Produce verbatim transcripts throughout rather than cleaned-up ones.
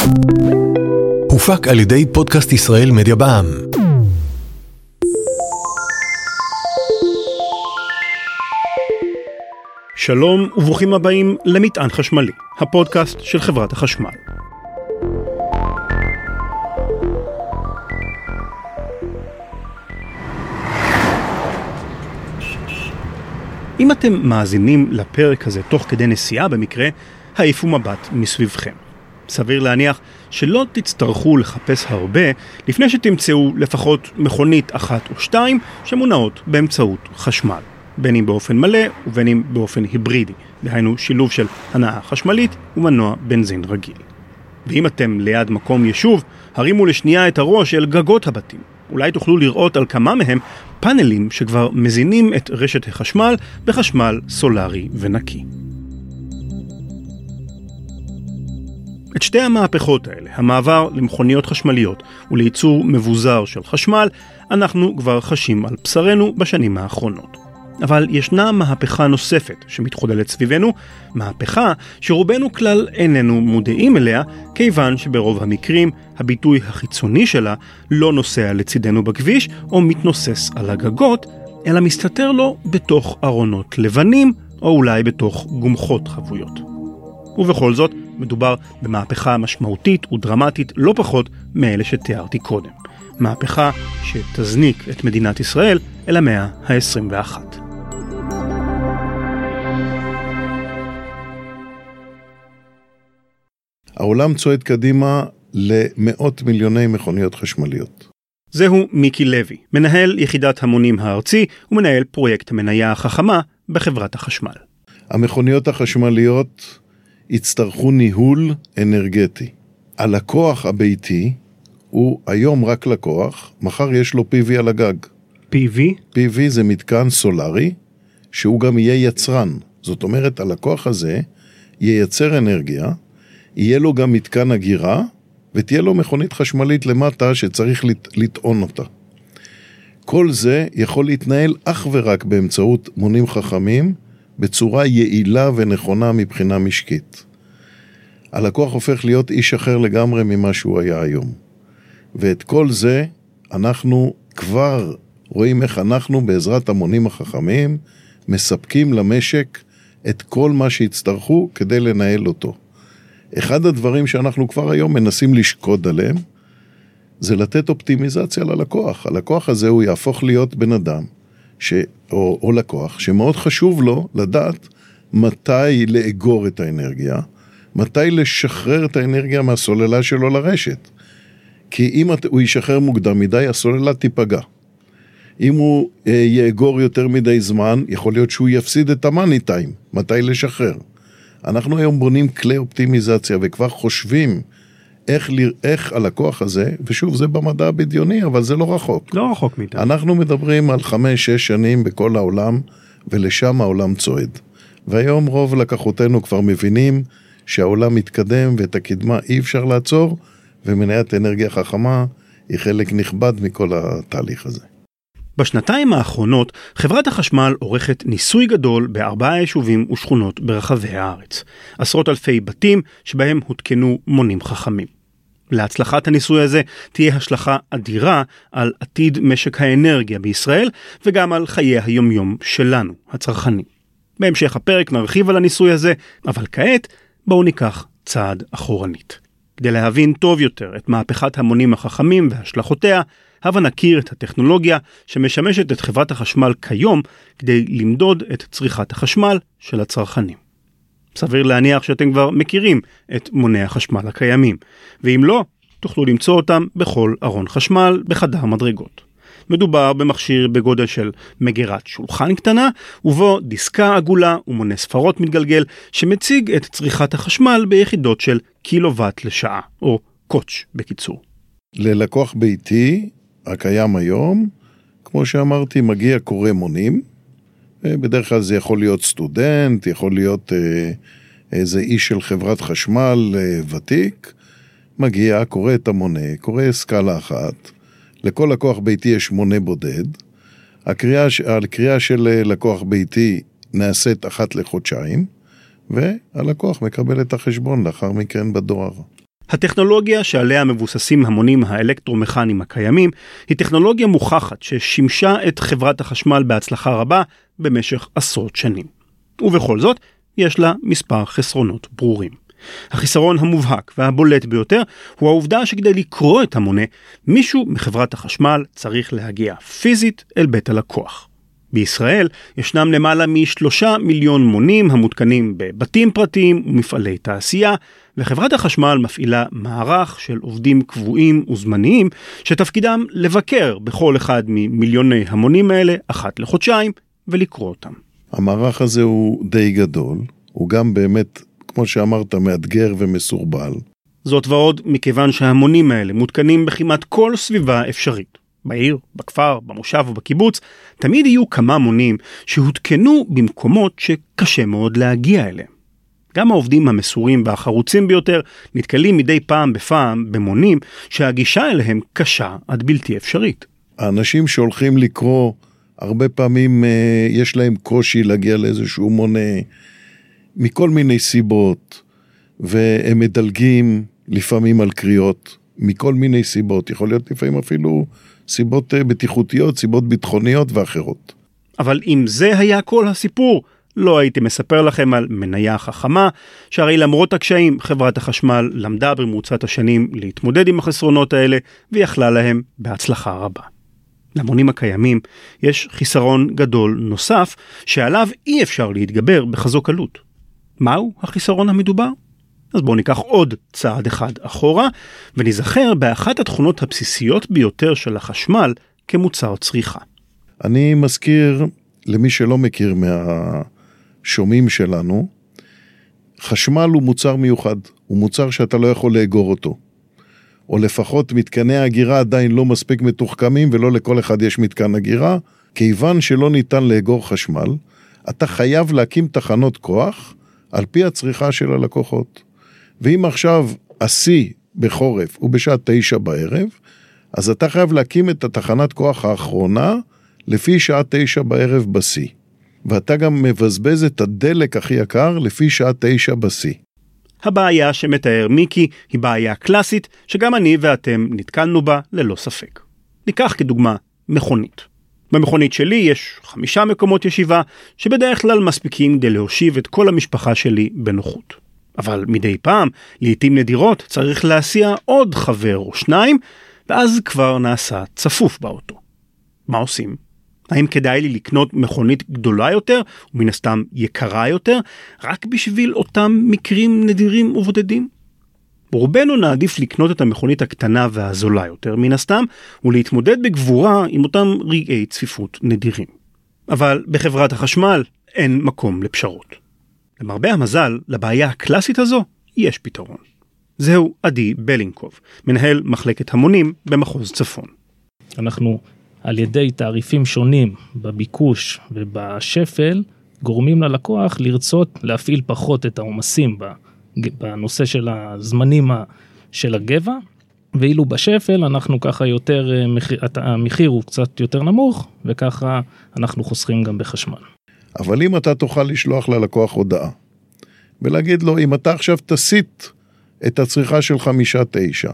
הופק על ידי פודקאסט ישראל מדיה בע"מ. שלום וברוכים הבאים למטען חשמלי, הפודקאסט של חברת החשמל. אם אתם מאזינים לפרק הזה תוך כדי נסיעה במקרה, העיפו מבט מסביבכם. סביר להניח שלא תצטרכו לחפש הרבה לפני שתמצאו לפחות מכונית אחת או שתיים שמונעות באמצעות חשמל, בין אם באופן מלא ובין אם באופן היברידי, דהיינו שילוב של הנעה חשמלית ומנוע בנזין רגיל. ואם אתם ליד מקום יישוב, הרימו לשנייה את הראש אל גגות הבתים. אולי תוכלו לראות על כמה מהם פאנלים שכבר מזינים את רשת החשמל בחשמל סולרי ונקי. את שתי המהפכות האלה, המעבר למכוניות חשמליות ולייצור מבוזר של חשמל, אנחנו כבר חשים על בשרנו בשנים האחרונות. אבל ישנה מהפכה נוספת שמתחוללת סביבנו, מהפכה שרובנו כלל איננו מודעים אליה, כיוון שברוב המקרים הביטוי החיצוני שלה לא נוסע לצידנו בכביש או מתנוסס על הגגות, אלא מסתתר לו בתוך ארונות לבנים או אולי בתוך גומחות חבויות. ובכל זאת מדובר במהפכה משמעותית ודרמטית לא פחות מאלה שתיארתי קודם. מהפכה שתזניק את מדינת ישראל אל המאה ה-עשרים ואחת. העולם צועד קדימה למאות מיליוני מכוניות חשמליות. זהו מיקי לוי, מנהל יחידת המונים הארצי ומנהל פרויקט המניה החכמה בחברת החשמל. המכוניות החשמליות יצטרכו ניהול אנרגטי. הלקוח הביתי הוא היום רק לקוח, מחר יש לו פי וי על הגג. פי וי? פי וי זה מתקן סולרי, שהוא גם יהיה יצרן. זאת אומרת, הלקוח הזה ייצר אנרגיה, יהיה לו גם מתקן אגירה, ותהיה לו מכונית חשמלית למטה שצריך לטעון אותה. כל זה יכול להתנהל אך ורק באמצעות מונים חכמים, בצורה יעילה ונכונה מבחינה משקית. הלקוח הופך להיות איש אחר לגמרי ממה שהוא היה היום. ואת כל זה אנחנו כבר רואים איך אנחנו בעזרת המונים החכמים מספקים למשק את כל מה שיצטרכו כדי לנהל אותו. אחד הדברים שאנחנו כבר היום מנסים לשקוד עליהם, זה לתת אופטימיזציה ללקוח. הלקוח הזה הוא יהפוך להיות בן אדם, ש... או, או לקוח, שמאוד חשוב לו לדעת מתי לאגור את האנרגיה, מתי לשחרר את האנרגיה מהסוללה שלו לרשת. כי אם הוא ישחרר מוקדם מדי, הסוללה תיפגע. אם הוא אה, יאגור יותר מדי זמן, יכול להיות שהוא יפסיד את המאני טיים, מתי לשחרר. אנחנו היום בונים כלי אופטימיזציה וכבר חושבים איך, איך הלקוח הזה, ושוב זה במדע הבדיוני, אבל זה לא רחוק. לא רחוק מאיתנו. אנחנו מדברים על חמש, שש שנים בכל העולם, ולשם העולם צועד. והיום רוב לקוחותינו כבר מבינים שהעולם מתקדם ואת הקדמה אי אפשר לעצור, ומניית אנרגיה חכמה היא חלק נכבד מכל התהליך הזה. בשנתיים האחרונות חברת החשמל עורכת ניסוי גדול בארבעה יישובים ושכונות ברחבי הארץ. עשרות אלפי בתים שבהם הותקנו מונים חכמים. להצלחת הניסוי הזה תהיה השלכה אדירה על עתיד משק האנרגיה בישראל וגם על חיי היומיום שלנו, הצרכנים. בהמשך הפרק נרחיב על הניסוי הזה, אבל כעת בואו ניקח צעד אחורנית. כדי להבין טוב יותר את מהפכת המונים החכמים והשלכותיה, הבה נכיר את הטכנולוגיה שמשמשת את חברת החשמל כיום כדי למדוד את צריכת החשמל של הצרכנים. סביר להניח שאתם כבר מכירים את מוני החשמל הקיימים, ואם לא, תוכלו למצוא אותם בכל ארון חשמל בחדר מדרגות. מדובר במכשיר בגודל של מגירת שולחן קטנה, ובו דיסקה עגולה ומונה ספרות מתגלגל שמציג את צריכת החשמל ביחידות של קילוואט לשעה, או קוטש בקיצור. ללקוח ביתי הקיים היום, כמו שאמרתי, מגיע קורא מונים, בדרך כלל זה יכול להיות סטודנט, יכול להיות אה, איזה איש של חברת חשמל אה, ותיק, מגיע, קורא את המונה, קורא סקאלה אחת, לכל לקוח ביתי יש מונה בודד, הקריאה, הקריאה של לקוח ביתי נעשית אחת לחודשיים, והלקוח מקבל את החשבון לאחר מכן בדואר. הטכנולוגיה שעליה מבוססים המונים האלקטרומכניים הקיימים היא טכנולוגיה מוכחת ששימשה את חברת החשמל בהצלחה רבה במשך עשרות שנים. ובכל זאת, יש לה מספר חסרונות ברורים. החיסרון המובהק והבולט ביותר הוא העובדה שכדי לקרוא את המונה, מישהו מחברת החשמל צריך להגיע פיזית אל בית הלקוח. בישראל ישנם למעלה משלושה מיליון מונים המותקנים בבתים פרטיים ומפעלי תעשייה, וחברת החשמל מפעילה מערך של עובדים קבועים וזמניים שתפקידם לבקר בכל אחד ממיליוני המונים האלה אחת לחודשיים ולקרוא אותם. המערך הזה הוא די גדול, הוא גם באמת, כמו שאמרת, מאתגר ומסורבל. זאת ועוד מכיוון שהמונים האלה מותקנים בכמעט כל סביבה אפשרית. בעיר, בכפר, במושב ובקיבוץ, תמיד יהיו כמה מונים שהותקנו במקומות שקשה מאוד להגיע אליהם. גם העובדים המסורים והחרוצים ביותר נתקלים מדי פעם בפעם במונים שהגישה אליהם קשה עד בלתי אפשרית. האנשים שהולכים לקרוא, הרבה פעמים יש להם קושי להגיע לאיזשהו מונה, מכל מיני סיבות, והם מדלגים לפעמים על קריאות, מכל מיני סיבות, יכול להיות לפעמים אפילו סיבות בטיחותיות, סיבות ביטחוניות ואחרות. אבל אם זה היה כל הסיפור, לא הייתי מספר לכם על מניה חכמה, שהרי למרות הקשיים, חברת החשמל למדה במרוצת השנים להתמודד עם החסרונות האלה, ויכלה להם בהצלחה רבה. למונים הקיימים יש חיסרון גדול נוסף, שעליו אי אפשר להתגבר בכזו קלות. מהו החיסרון המדובר? אז בואו ניקח עוד צעד אחד אחורה, ונזכר באחת התכונות הבסיסיות ביותר של החשמל כמוצר צריכה. אני מזכיר למי שלא מכיר מהשומעים שלנו, חשמל הוא מוצר מיוחד, הוא מוצר שאתה לא יכול לאגור אותו. או לפחות מתקני הגירה עדיין לא מספיק מתוחכמים, ולא לכל אחד יש מתקן הגירה, כיוון שלא ניתן לאגור חשמל, אתה חייב להקים תחנות כוח על פי הצריכה של הלקוחות. ואם עכשיו השיא בחורף הוא בשעה תשע בערב, אז אתה חייב להקים את התחנת כוח האחרונה לפי שעה תשע בערב בשיא. ואתה גם מבזבז את הדלק הכי יקר לפי שעה תשע בשיא. הבעיה שמתאר מיקי היא בעיה קלאסית שגם אני ואתם נתקלנו בה ללא ספק. ניקח כדוגמה מכונית. במכונית שלי יש חמישה מקומות ישיבה שבדרך כלל מספיקים כדי להושיב את כל המשפחה שלי בנוחות. אבל מדי פעם, לעתים נדירות, צריך להסיע עוד חבר או שניים, ואז כבר נעשה צפוף באוטו. מה עושים? האם כדאי לי לקנות מכונית גדולה יותר, ומן הסתם יקרה יותר, רק בשביל אותם מקרים נדירים ובודדים? רובנו נעדיף לקנות את המכונית הקטנה והזולה יותר מן הסתם, ולהתמודד בגבורה עם אותם רגעי צפיפות נדירים. אבל בחברת החשמל אין מקום לפשרות. למרבה המזל, לבעיה הקלאסית הזו יש פתרון. זהו עדי בלינקוב, מנהל מחלקת המונים במחוז צפון. אנחנו על ידי תעריפים שונים בביקוש ובשפל, גורמים ללקוח לרצות להפעיל פחות את העומסים בנושא של הזמנים של הגבע, ואילו בשפל אנחנו ככה יותר, המחיר הוא קצת יותר נמוך, וככה אנחנו חוסכים גם בחשמל. אבל אם אתה תוכל לשלוח ללקוח הודעה, ולהגיד לו, אם אתה עכשיו תסיט את הצריכה של חמישה תשע,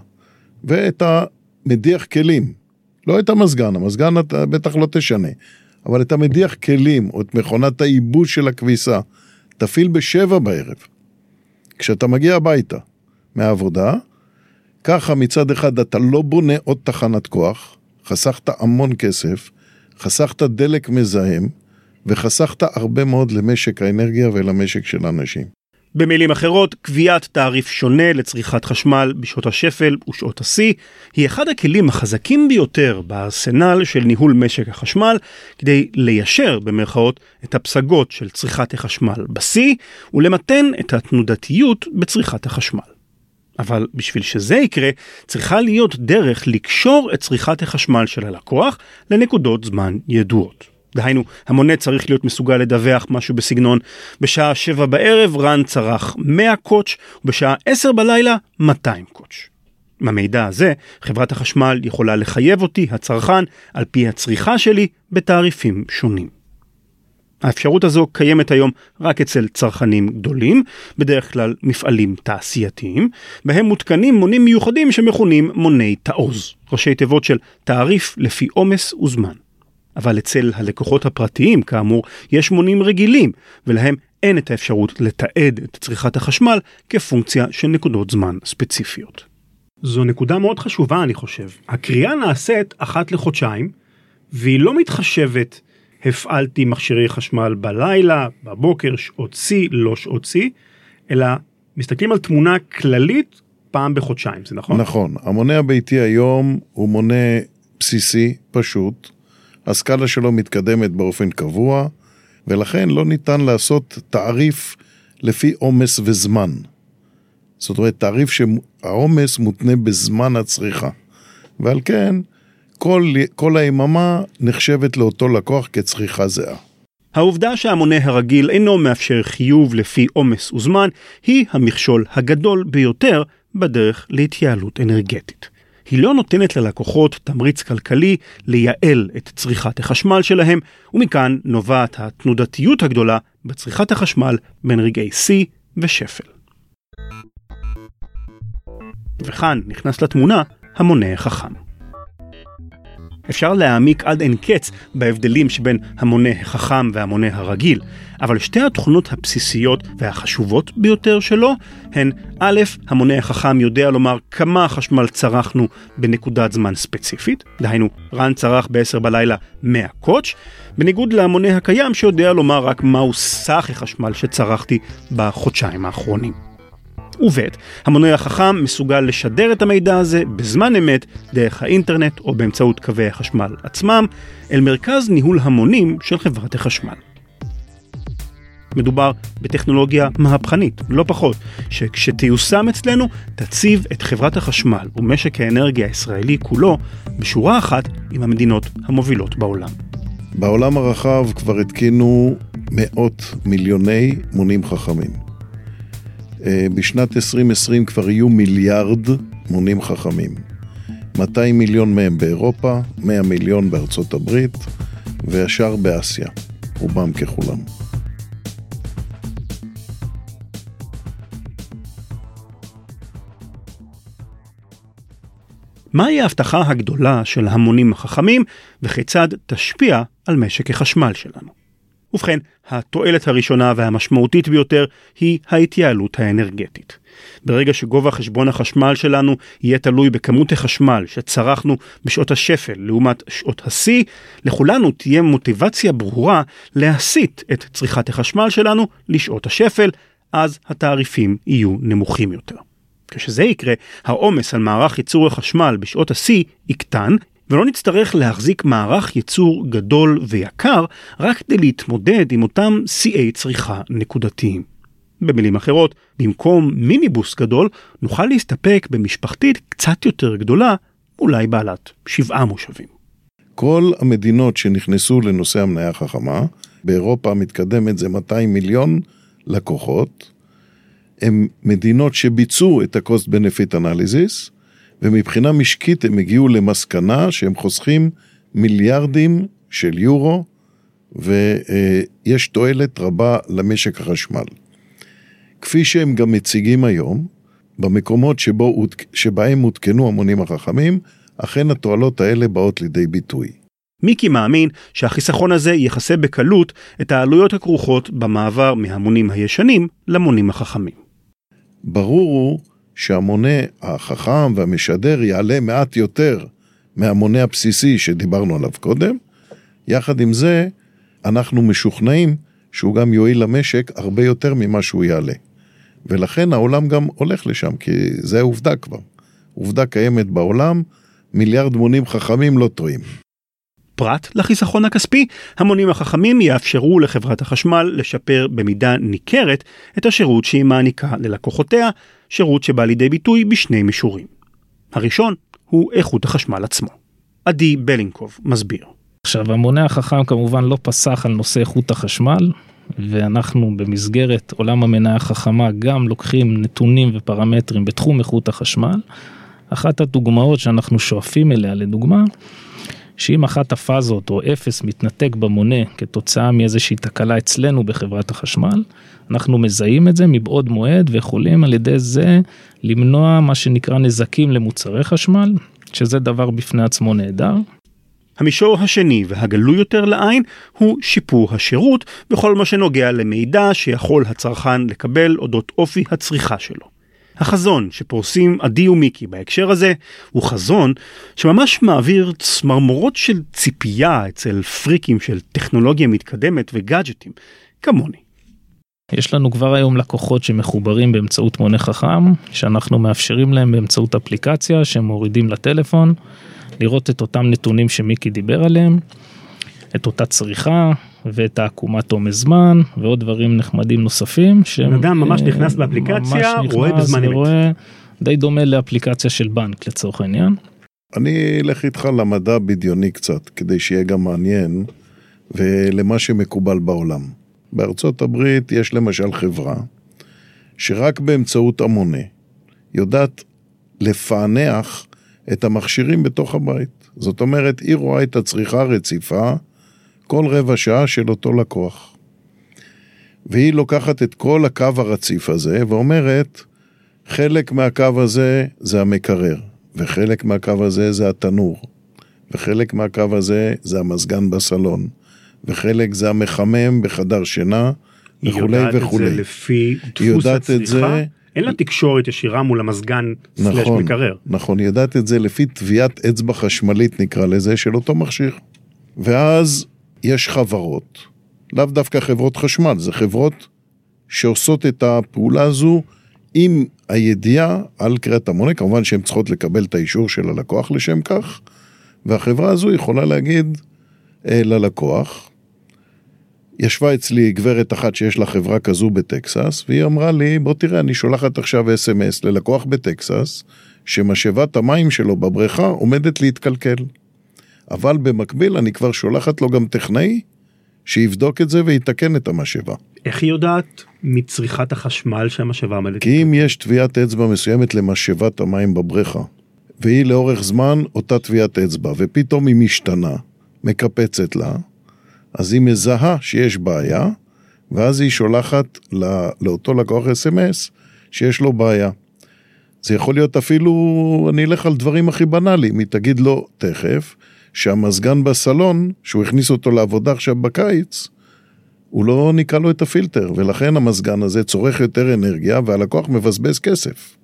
ואת המדיח כלים, לא את המזגן, המזגן אתה בטח לא תשנה, אבל את המדיח כלים, או את מכונת העיבוש של הכביסה, תפעיל בשבע בערב. כשאתה מגיע הביתה מהעבודה, ככה מצד אחד אתה לא בונה עוד תחנת כוח, חסכת המון כסף, חסכת דלק מזהם, וחסכת הרבה מאוד למשק האנרגיה ולמשק של האנשים. במילים אחרות, קביעת תעריף שונה לצריכת חשמל בשעות השפל ושעות השיא, היא אחד הכלים החזקים ביותר בארסנל של ניהול משק החשמל, כדי ליישר במרכאות את הפסגות של צריכת החשמל בשיא, ולמתן את התנודתיות בצריכת החשמל. אבל בשביל שזה יקרה, צריכה להיות דרך לקשור את צריכת החשמל של הלקוח לנקודות זמן ידועות. דהיינו, המונה צריך להיות מסוגל לדווח משהו בסגנון, בשעה שבע בערב רן צרך מאה קוטש, ובשעה עשר בלילה מאתיים קוטש. מהמידע הזה, חברת החשמל יכולה לחייב אותי, הצרכן, על פי הצריכה שלי, בתעריפים שונים. האפשרות הזו קיימת היום רק אצל צרכנים גדולים, בדרך כלל מפעלים תעשייתיים, בהם מותקנים מונים מיוחדים שמכונים מוני תעוז, ראשי תיבות של תעריף לפי עומס וזמן. אבל אצל הלקוחות הפרטיים, כאמור, יש מונים רגילים, ולהם אין את האפשרות לתעד את צריכת החשמל כפונקציה של נקודות זמן ספציפיות. זו נקודה מאוד חשובה, אני חושב. הקריאה נעשית אחת לחודשיים, והיא לא מתחשבת, הפעלתי מכשירי חשמל בלילה, בבוקר, שעות C, לא שעות C, אלא מסתכלים על תמונה כללית פעם בחודשיים, זה נכון? נכון. המונה הביתי היום הוא מונה בסיסי, פשוט. הסקאלה שלו מתקדמת באופן קבוע, ולכן לא ניתן לעשות תעריף לפי עומס וזמן. זאת אומרת, תעריף שהעומס מותנה בזמן הצריכה. ועל כן, כל, כל היממה נחשבת לאותו לקוח כצריכה זהה. העובדה שהמונה הרגיל אינו מאפשר חיוב לפי עומס וזמן, היא המכשול הגדול ביותר בדרך להתייעלות אנרגטית. היא לא נותנת ללקוחות תמריץ כלכלי לייעל את צריכת החשמל שלהם, ומכאן נובעת התנודתיות הגדולה בצריכת החשמל בין רגעי שיא ושפל. וכאן נכנס לתמונה המונה החכם. אפשר להעמיק עד אין קץ בהבדלים שבין המונה החכם והמונה הרגיל, אבל שתי התכונות הבסיסיות והחשובות ביותר שלו הן א', המונה החכם יודע לומר כמה חשמל צרכנו בנקודת זמן ספציפית, דהיינו רן צרך ב-עשר בלילה מאה קוטש, בניגוד למונה הקיים שיודע לומר רק מהו סך החשמל שצרכתי בחודשיים האחרונים. ובית, המונה החכם מסוגל לשדר את המידע הזה בזמן אמת דרך האינטרנט או באמצעות קווי החשמל עצמם אל מרכז ניהול המונים של חברת החשמל. מדובר בטכנולוגיה מהפכנית, לא פחות, שכשתיושם אצלנו תציב את חברת החשמל ומשק האנרגיה הישראלי כולו בשורה אחת עם המדינות המובילות בעולם. בעולם הרחב כבר התקינו מאות מיליוני מונים חכמים. בשנת עשרים עשרים כבר יהיו מיליארד מונים חכמים. מאתיים מיליון מהם באירופה, מאה מיליון בארצות הברית, והשאר באסיה, רובם ככולם. מהי ההבטחה הגדולה של המונים החכמים, וכיצד תשפיע על משק החשמל שלנו? ובכן, התועלת הראשונה והמשמעותית ביותר היא ההתייעלות האנרגטית. ברגע שגובה חשבון החשמל שלנו יהיה תלוי בכמות החשמל שצרכנו בשעות השפל לעומת שעות השיא, לכולנו תהיה מוטיבציה ברורה להסיט את צריכת החשמל שלנו לשעות השפל, אז התעריפים יהיו נמוכים יותר. כשזה יקרה, העומס על מערך ייצור החשמל בשעות השיא יקטן, ולא נצטרך להחזיק מערך ייצור גדול ויקר רק כדי להתמודד עם אותם שיאי צריכה נקודתיים. במילים אחרות, במקום מיניבוס גדול, נוכל להסתפק במשפחתית קצת יותר גדולה, אולי בעלת שבעה מושבים. כל המדינות שנכנסו לנושא המניה החכמה, באירופה המתקדמת זה מאתיים מיליון לקוחות, הם מדינות שביצעו את ה-Cost Benefit Analysis, ומבחינה משקית הם הגיעו למסקנה שהם חוסכים מיליארדים של יורו, ויש תועלת רבה למשק החשמל. כפי שהם גם מציגים היום, במקומות שבו, שבהם מותקנו המונים החכמים, אכן התועלות האלה באות לידי ביטוי. מיקי מאמין שהחיסכון הזה יחסה בקלות את העלויות הכרוכות במעבר מהמונים הישנים למונים החכמים. ברור הוא שהמונה החכם והמשדר יעלה מעט יותר מהמונה הבסיסי שדיברנו עליו קודם. יחד עם זה, אנחנו משוכנעים שהוא גם יועיל למשק הרבה יותר ממה שהוא יעלה. ולכן העולם גם הולך לשם, כי זה עובדה כבר. עובדה קיימת בעולם, מיליארד מונים חכמים לא טועים. פרט לחיסכון הכספי, המונים החכמים יאפשרו לחברת החשמל לשפר במידה ניכרת את השירות שהיא מעניקה ללקוחותיה, שירות שבא לידי ביטוי בשני מישורים. הראשון הוא איכות החשמל עצמו. עדי בלינקוב מסביר. עכשיו, המונה החכם כמובן לא פסח על נושא איכות החשמל, ואנחנו במסגרת עולם המניה החכמה גם לוקחים נתונים ופרמטרים בתחום איכות החשמל. אחת הדוגמאות שאנחנו שואפים אליה לדוגמה, שאם אחת הפאזות או אפס מתנתק במונה כתוצאה מאיזושהי תקלה אצלנו בחברת החשמל, אנחנו מזהים את זה מבעוד מועד ויכולים על ידי זה למנוע מה שנקרא נזקים למוצרי חשמל, שזה דבר בפני עצמו נהדר. המישור השני והגלוי יותר לעין הוא שיפור השירות בכל מה שנוגע למידע שיכול הצרכן לקבל אודות אופי הצריכה שלו. החזון שפורסים עדי ומיקי בהקשר הזה הוא חזון שממש מעביר צמרמורות של ציפייה אצל פריקים של טכנולוגיה מתקדמת וגאדג'טים, כמוני. יש לנו כבר היום לקוחות שמחוברים באמצעות מונה חכם, שאנחנו מאפשרים להם באמצעות אפליקציה שהם מורידים לטלפון, לראות את אותם נתונים שמיקי דיבר עליהם, את אותה צריכה ואת העקומת עומס זמן ועוד דברים נחמדים נוספים. אדם ממש נכנס באפליקציה, רואה בזמן אמת. די דומה לאפליקציה של בנק לצורך העניין. אני אלך איתך למדע בדיוני קצת, כדי שיהיה גם מעניין ולמה שמקובל בעולם. בארצות הברית יש למשל חברה שרק באמצעות המונה יודעת לפענח את המכשירים בתוך הבית. זאת אומרת, היא רואה את הצריכה הרציפה כל רבע שעה של אותו לקוח. והיא לוקחת את כל הקו הרציף הזה ואומרת, חלק מהקו הזה זה המקרר, וחלק מהקו הזה זה התנור, וחלק מהקו הזה זה המזגן בסלון, וחלק זה המחמם בחדר שינה, וכו' וכו'. היא יודעת את זה לפי דפוס הצריכה? אין לה תקשורת ישירה מול המזגן סלש מקרר. נכון, היא יודעת את זה לפי טביעת אצבע חשמלית נקרא לזה של אותו מכשיר. ואז יש חברות, לאו דווקא חברות חשמל, זה חברות שעושות את הפעולה הזו עם הידיעה על קריאת המונה, כמובן שהן צריכות לקבל את האישור של הלקוח לשם כך, והחברה הזו יכולה להגיד אה, ללקוח, ישבה אצלי גברת אחת שיש לה חברה כזו בטקסס, והיא אמרה לי, בוא תראה, אני שולחת עכשיו אס אם אס ללקוח בטקסס, שמשאבת המים שלו בבריכה עומדת להתקלקל. אבל במקביל אני כבר שולחת לו גם טכנאי, שיבדוק את זה ויתקן את המשאבה. איך היא יודעת מצריכת החשמל שהמשאבה עומדת? כי אם יש טביעת אצבע מסוימת למשאבת המים בבריכה, והיא לאורך זמן אותה טביעת אצבע, ופתאום היא משתנה, מקפצת לה, אז היא מזהה שיש בעיה, ואז היא שולחת לא, לאותו לקוח אס אם אס שיש לו בעיה. זה יכול להיות אפילו, אני אלך על דברים הכי בנאליים, היא תגיד לו תכף, שהמזגן בסלון, שהוא הכניס אותו לעבודה עכשיו בקיץ, הוא לא ניקה לו את הפילטר, ולכן המזגן הזה צורך יותר אנרגיה, והלקוח מבזבז כסף.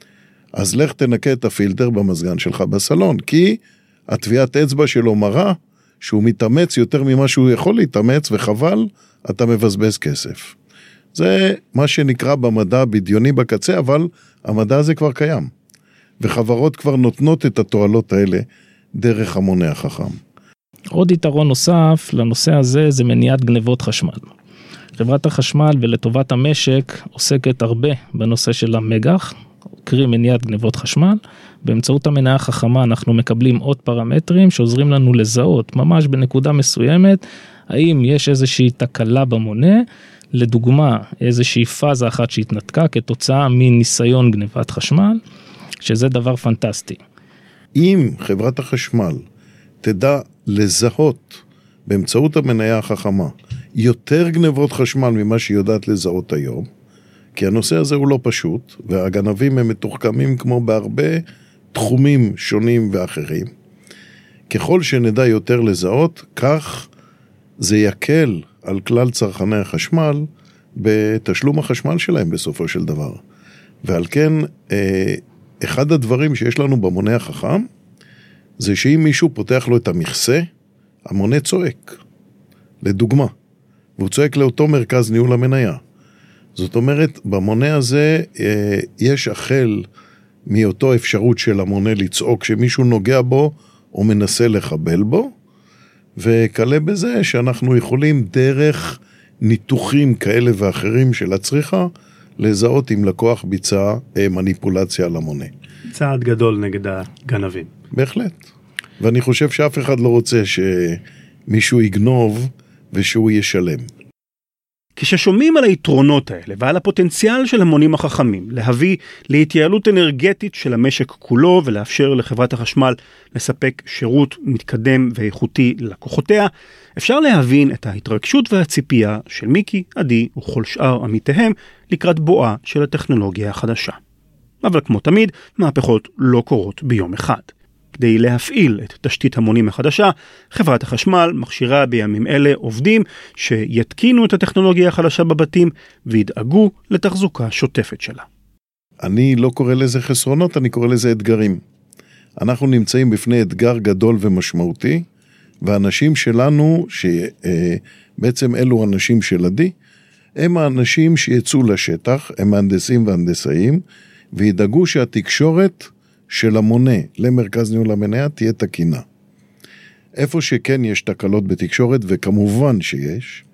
אז לך תנקה את הפילטר במזגן שלך בסלון, כי הטביעת אצבע שלו מראה, שהוא מתאמץ יותר ממה שהוא יכול להתאמץ, וחבל, אתה מבזבז כסף. זה מה שנקרא במדע בדיוני בקצה, אבל המדע הזה כבר קיים. וחברות כבר נותנות את התועלות האלה דרך המונה החכם. עוד יתרון נוסף לנושא הזה זה מניעת גנבות חשמל. חברת החשמל ולטובת המשק עוסקת הרבה בנושא של המגח, קרי מניעת גנבות חשמל. באמצעות המניה החכמה אנחנו מקבלים עוד פרמטרים שעוזרים לנו לזהות ממש בנקודה מסוימת, האם יש איזושהי תקלה במונה, לדוגמה איזושהי פאזה אחת שהתנתקה כתוצאה מניסיון גנבת חשמל, שזה דבר פנטסטי. אם חברת החשמל תדע לזהות באמצעות המניה החכמה יותר גנבות חשמל ממה שהיא יודעת לזהות היום, כי הנושא הזה הוא לא פשוט, והגנבים הם מתוחכמים כמו בהרבה תחומים שונים ואחרים. ככל שנדע יותר לזהות, כך זה יקל על כלל צרכני החשמל בתשלום החשמל שלהם בסופו של דבר. ועל כן, אחד הדברים שיש לנו במונה החכם, זה שאם מישהו פותח לו את המכסה, המונה צועק. לדוגמה, והוא צועק לאותו מרכז ניהול המניה. זאת אומרת, במונה הזה יש החל מאותו אפשרות של המונה לצעוק שמישהו נוגע בו או מנסה לחבל בו, וכלה בזה שאנחנו יכולים דרך ניתוחים כאלה ואחרים של הצריכה, לזהות אם לקוח ביצע מניפולציה על המונה. צעד גדול נגד הגנבים. בהחלט. ואני חושב שאף אחד לא רוצה שמישהו יגנוב ושהוא ישלם. כששומעים על היתרונות האלה ועל הפוטנציאל של המונים החכמים להביא להתייעלות אנרגטית של המשק כולו ולאפשר לחברת החשמל לספק שירות מתקדם ואיכותי ללקוחותיה, אפשר להבין את ההתרגשות והציפייה של מיקי, עדי וכל שאר עמיתיהם לקראת בואה של הטכנולוגיה החדשה. אבל כמו תמיד, מהפכות לא קורות ביום אחד. כדי להפעיל את תשתית המונים החדשה, חברת החשמל מכשירה בימים אלה עובדים שיתקינו את הטכנולוגיה החדשה בבתים וידאגו לתחזוקה שוטפת שלה. אני לא קורא לזה חסרונות, אני קורא לזה אתגרים. אנחנו נמצאים בפני אתגר גדול ומשמעותי, והאנשים שלנו, שבעצם אלו אנשים של עדי, הם האנשים שיצאו לשטח, הם מהנדסים והנדסאים, וידאגו שהתקשורת של המונה למרכז ניהול המניה תהיה תקינה. איפה שכן יש תקלות בתקשורת, וכמובן שיש,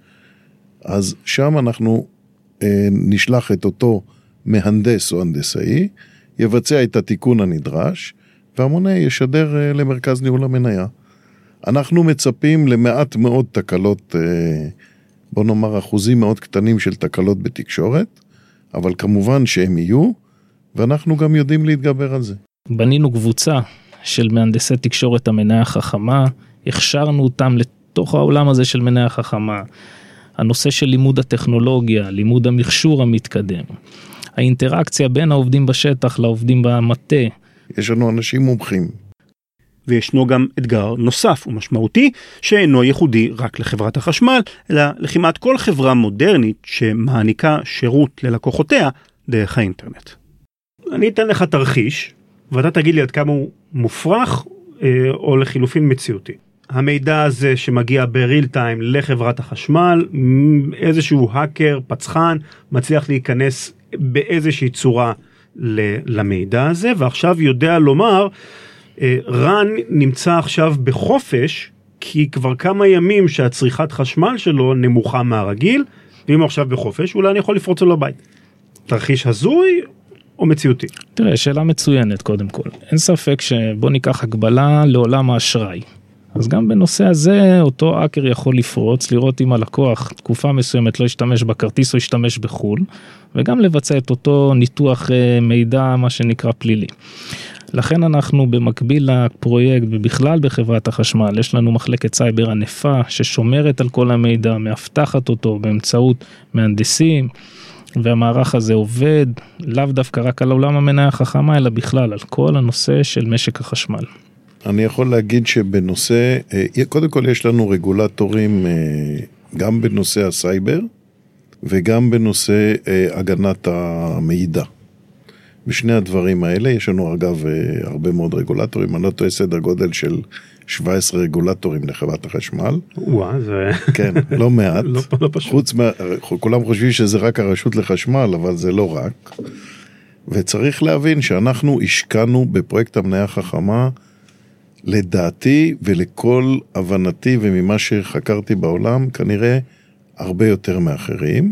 אז שם אנחנו אה, נשלח את אותו מהנדס או הנדסאי, יבצע את התיקון הנדרש, והמונה ישדר אה, למרכז ניהול המניה. אנחנו מצפים למעט מאוד תקלות, אה, בוא נאמר אחוזים מאוד קטנים של תקלות בתקשורת, אבל כמובן שהם יהיו, ואנחנו גם יודעים להתגבר על זה. בנינו קבוצה של מהנדסי תקשורת המניה החכמה, הכשרנו אותם לתוך העולם הזה של מניה החכמה, הנושא של לימוד הטכנולוגיה, לימוד המכשור המתקדם, האינטראקציה בין העובדים בשטח לעובדים במטה. יש לנו אנשים מומחים. וישנו גם אתגר נוסף ומשמעותי, שאינו ייחודי רק לחברת החשמל, אלא לכמעט כל חברה מודרנית שמעניקה שירות ללקוחותיה דרך האינטרנט. אני אתן לך תרחיש, ואתה תגיד לי עד כמה הוא מופרך אה, או לחילופין מציאותי. המידע הזה שמגיע בריל טיים לחברת החשמל, איזשהו האקר, פצחן, מצליח להיכנס באיזושהי צורה למידע הזה, ועכשיו יודע לומר, אה, רן נמצא עכשיו בחופש, כי כבר כמה ימים שהצריכת חשמל שלו נמוכה מהרגיל, ואם הוא עכשיו בחופש, אולי אני יכול לפרוץ לו לבית. תרחיש הזוי או מציאותי? תראה, שאלה מצוינת קודם כל. אין ספק שבוא ניקח הגבלה לעולם האשראי. אז גם בנושא הזה, אותו האקר יכול לפרוץ, לראות אם הלקוח תקופה מסוימת לא ישתמש בכרטיס או ישתמש בחול, וגם לבצע את אותו ניתוח מידע, מה שנקרא פלילי. לכן אנחנו במקביל לפרויקט ובכלל בחברת החשמל, יש לנו מחלקת סייבר ענפה ששומרת על כל המידע, מאבטחת אותו באמצעות מהנדסים, והמערך הזה עובד לאו דווקא רק על עולם המניה החכמה, אלא בכלל על כל הנושא של משק החשמל. אני יכול להגיד שבנושא, קודם כל יש לנו רגולטורים גם בנושא הסייבר, וגם בנושא הגנת המידע. בשני הדברים האלה יש לנו אגב הרבה מאוד רגולטורים, אני לא טועה סדר גודל של שבעה עשר רגולטורים לחברת החשמל. וואה, זה... כן, לא מעט. לא, לא פשוט. חוץ מה... כולם חושבים שזה רק הרשות לחשמל, אבל זה לא רק. וצריך להבין שאנחנו השקענו בפרויקט המניה החכמה, לדעתי ולכל הבנתי וממה שחקרתי בעולם, כנראה הרבה יותר מאחרים.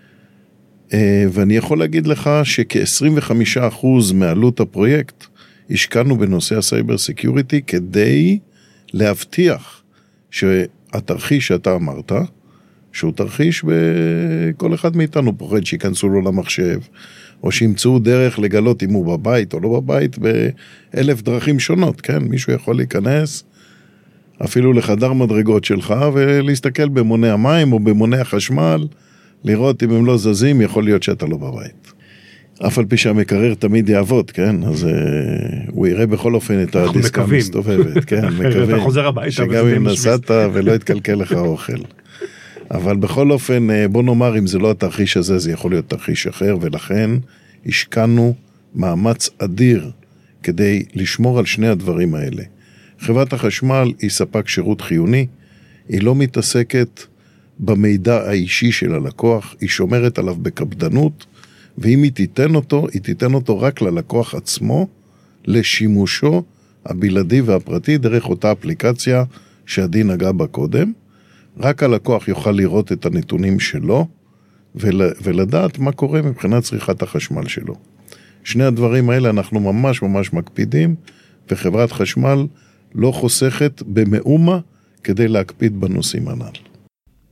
ואני יכול להגיד לך שכ-עשרים וחמישה אחוז מעלות הפרויקט השקענו בנושא הסייבר סקיוריטי כדי להבטיח שהתרחיש שאתה אמרת, שהוא תרחיש בכל אחד מאיתנו פוחד שיכנסו לו למחשב, או שימצאו דרך לגלות אם הוא בבית או לא בבית באלף דרכים שונות, כן? מישהו יכול להיכנס אפילו לחדר מדרגות שלך ולהסתכל במונה המים או במונה החשמל, לראות אם הם לא זזים, יכול להיות שאתה לא בבית. אף על פי שהמקרר תמיד יעבוד, כן? אז uh, הוא יראה בכל אופן את הדיסקה מסתובבת, כן? מקווים. אתה חוזר הביתה. שגם אם נסעת ולא יתקלקל לך האוכל. אבל בכל אופן, בוא נאמר, אם זה לא התרחיש הזה, זה יכול להיות תרחיש אחר, ולכן השקענו מאמץ אדיר כדי לשמור על שני הדברים האלה. חברת החשמל היא ספק שירות חיוני, היא לא מתעסקת במידע האישי של הלקוח, היא שומרת עליו בקפדנות, ואם היא תיתן אותו, היא תיתן אותו רק ללקוח עצמו, לשימושו הבלעדי והפרטי, דרך אותה אפליקציה שעדי נגע בה קודם. רק הלקוח יוכל לראות את הנתונים שלו, ולדעת מה קורה מבחינת צריכת החשמל שלו. שני הדברים האלה אנחנו ממש ממש מקפידים, וחברת חשמל לא חוסכת במאומה כדי להקפיד בנושאים הנ"ל.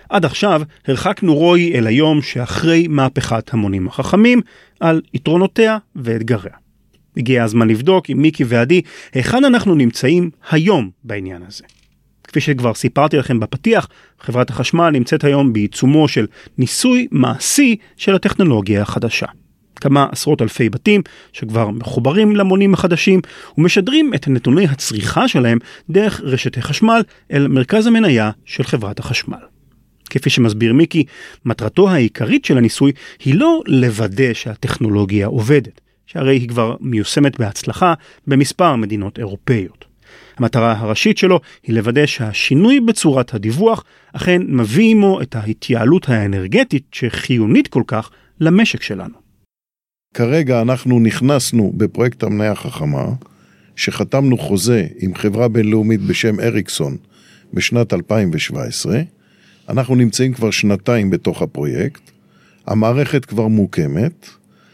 עד עכשיו הרחקנו רוי אל היום שאחרי מהפכת המונים החכמים על יתרונותיה ואתגריה. הגיע הזמן לבדוק עם מיקי ועדי היכן אנחנו נמצאים היום בעניין הזה. כפי שכבר סיפרתי לכם בפתיח, חברת החשמל נמצאת היום בעיצומו של ניסוי מעשי של הטכנולוגיה החדשה. כמה עשרות אלפי בתים שכבר מחוברים למונים החדשים ומשדרים את נתוני הצריכה שלהם דרך רשת החשמל אל מרכז המניה של חברת החשמל. כפי שמסביר מיקי, מטרתו העיקרית של הניסוי היא לא לוודא שהטכנולוגיה עובדת, שהרי היא כבר מיושמת בהצלחה במספר מדינות אירופאיות. המטרה הראשית שלו היא לוודא שהשינוי בצורת הדיווח אכן מביא עמו את ההתייעלות האנרגטית שחיונית כל כך למשק שלנו. כרגע אנחנו נכנסנו בפרויקט המניה החכמה, שחתמנו חוזה עם חברה בינלאומית בשם אריקסון בשנת אלפיים שבע עשרה. אנחנו נמצאים כבר שנתיים בתוך הפרויקט, המערכת כבר מוקמת,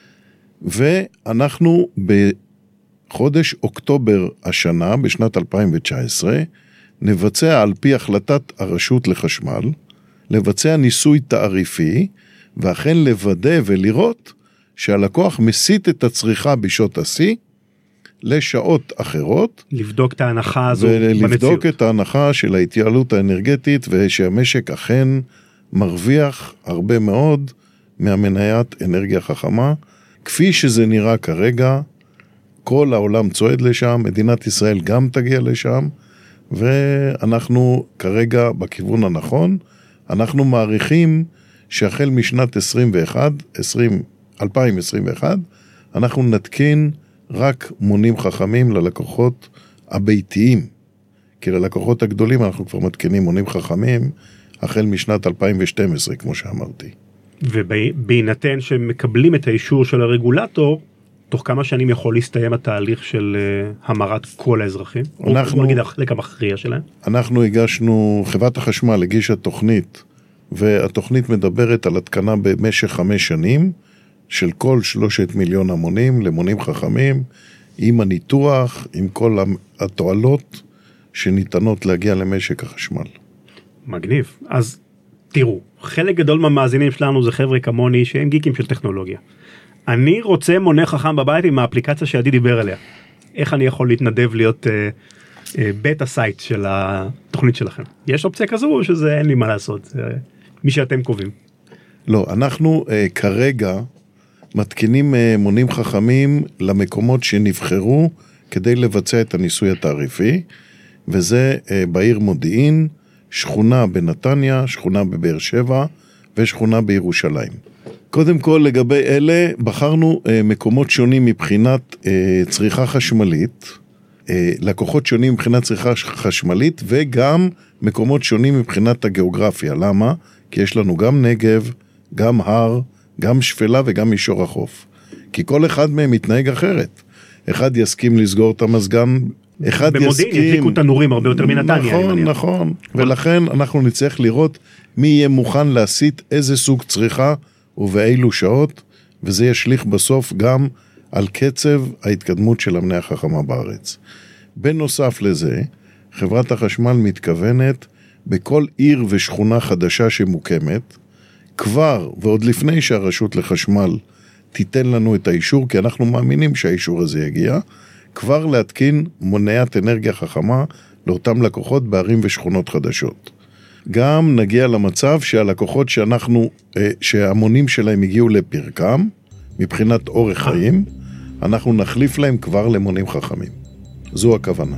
ואנחנו בחודש אוקטובר השנה, בשנת אלפיים תשע עשרה, נבצע על פי החלטת הרשות לחשמל, לבצע ניסוי תעריפי, ואכן לוודא ולראות שהלקוח מסיט את הצריכה בשעות השיא לשעות אחרות. לבדוק את ההנחה הזו ולבדוק במציאות. ולבדוק את ההנחה של ההתייעלות האנרגטית, ושהמשק אכן מרוויח הרבה מאוד מהמניית אנרגיה חכמה. כפי שזה נראה כרגע, כל העולם צועד לשם, מדינת ישראל גם תגיע לשם, ואנחנו כרגע בכיוון הנכון. אנחנו מעריכים שהחל משנת עשרים ואחת, אלפיים עשרים ואחת, אנחנו נתקין רק מונים חכמים ללקוחות הביתיים. כי ללקוחות הגדולים אנחנו כבר מתקינים מונים חכמים החל משנת אלפיים ושתים עשרה, כמו שאמרתי. ובהינתן שמקבלים את האישור של הרגולטור, תוך כמה שנים יכול להסתיים התהליך של uh, המרת כל האזרחים? אנחנו, או נגיד החלק המכריע שלהם? אנחנו הגשנו, חברת החשמל הגישה תוכנית, והתוכנית מדברת על התקנה במשך חמש שנים, של כל שלושת מיליון המונים למונים חכמים, עם הניתוח, עם כל התועלות שניתנות להגיע למשק החשמל. מגניב. אז תראו, חלק גדול מהמאזינים שלנו זה חבר'ה כמוני שהם גיקים של טכנולוגיה. אני רוצה מונה חכם בבית עם האפליקציה שעדי דיבר עליה. איך אני יכול להתנדב להיות אה, אה, בטה סייט של התוכנית שלכם? יש אופציה כזו או שזה אין לי מה לעשות? זה מי שאתם קובעים. לא, אנחנו אה, כרגע מתקינים אה, מונים חכמים למקומות שנבחרו כדי לבצע את הניסוי התעריפי, וזה אה, בעיר מודיעין, שכונה בנתניה, שכונה בבאר שבע ושכונה בירושלים. קודם כל לגבי אלה בחרנו אה, מקומות שונים מבחינת אה, צריכה חשמלית, אה, לקוחות שונים מבחינת צריכה חשמלית וגם מקומות שונים מבחינת הגיאוגרפיה. למה? כי יש לנו גם נגב, גם הר, גם שפלה וגם מישור החוף. כי כל אחד מהם מתנהג אחרת. אחד יסכים לסגור את המזגן, אחד יסכים... במודיעין ידליקו תנורים הרבה יותר מנתניה. נכון, נכון. ולכן אנחנו נצטרך לראות מי יהיה מוכן להסיט איזה סוג צריכה ובאילו שעות, וזה ישליך בסוף גם על קצב ההתקדמות של המניה החכמה בארץ. בנוסף לזה, חברת החשמל מתכוונת בכל עיר ושכונה חדשה שמוקמת, כבר ועוד לפני שהרשות לחשמל תיתן לנו את האישור, כי אנחנו מאמינים שהאישור הזה יגיע, כבר להתקין מוניית אנרגיה חכמה לאותם לקוחות בערים ושכונות חדשות. גם נגיע למצב שהלקוחות שאנחנו, שהמונים שלהם הגיעו לפרקם, מבחינת אורך חיים, אנחנו נחליף להם כבר למונים חכמים. זו הכוונה.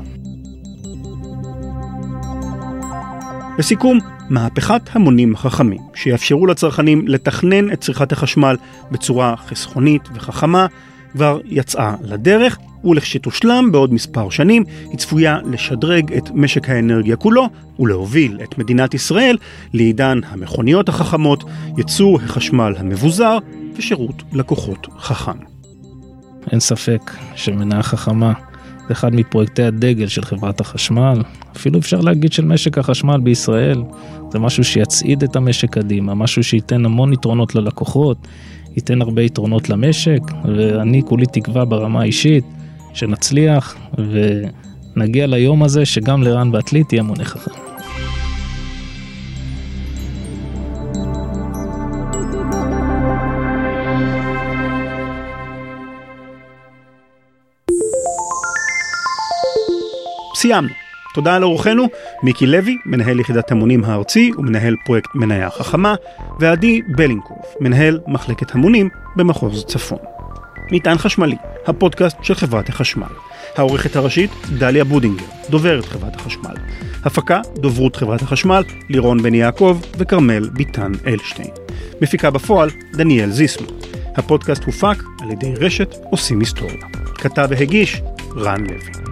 לסיכום, מהפכת המונים החכמים, שיאפשרו לצרכנים לתכנן את צריכת החשמל בצורה חסכונית וחכמה, כבר יצאה לדרך, ולכשתושלם בעוד מספר שנים, היא צפויה לשדרג את משק האנרגיה כולו, ולהוביל את מדינת ישראל לעידן המכוניות החכמות, ייצור החשמל המבוזר, ושירות לקוחות חכם. אין ספק שמניה חכמה זה אחד מפרויקטי הדגל של חברת החשמל, אפילו אפשר להגיד של משק החשמל בישראל, זה משהו שיצעיד את המשק קדימה, משהו שייתן המון יתרונות ללקוחות, ייתן הרבה יתרונות למשק, ואני כולי תקווה ברמה האישית שנצליח ונגיע ליום הזה שגם לרן בעתלית תהיה מונה חכם. סיימנו. תודה לאורחנו, מיקי לוי, מנהל יחידת המונים הארצי ומנהל פרויקט מניה חכמה, ועדי בלינקוב, מנהל מחלקת המונים במחוז צפון. מטען חשמלי, הפודקאסט של חברת החשמל. העורכת הראשית, דליה בודינגר, דוברת חברת החשמל. הפקה, דוברות חברת החשמל, לירון בן יעקב וקרמל ביטן אלשטיין. מפיקה בפועל, דניאל זיסמו. הפודקאסט הופק על ידי רשת עושים היסטוריה. כתב והגיש, רן לוי.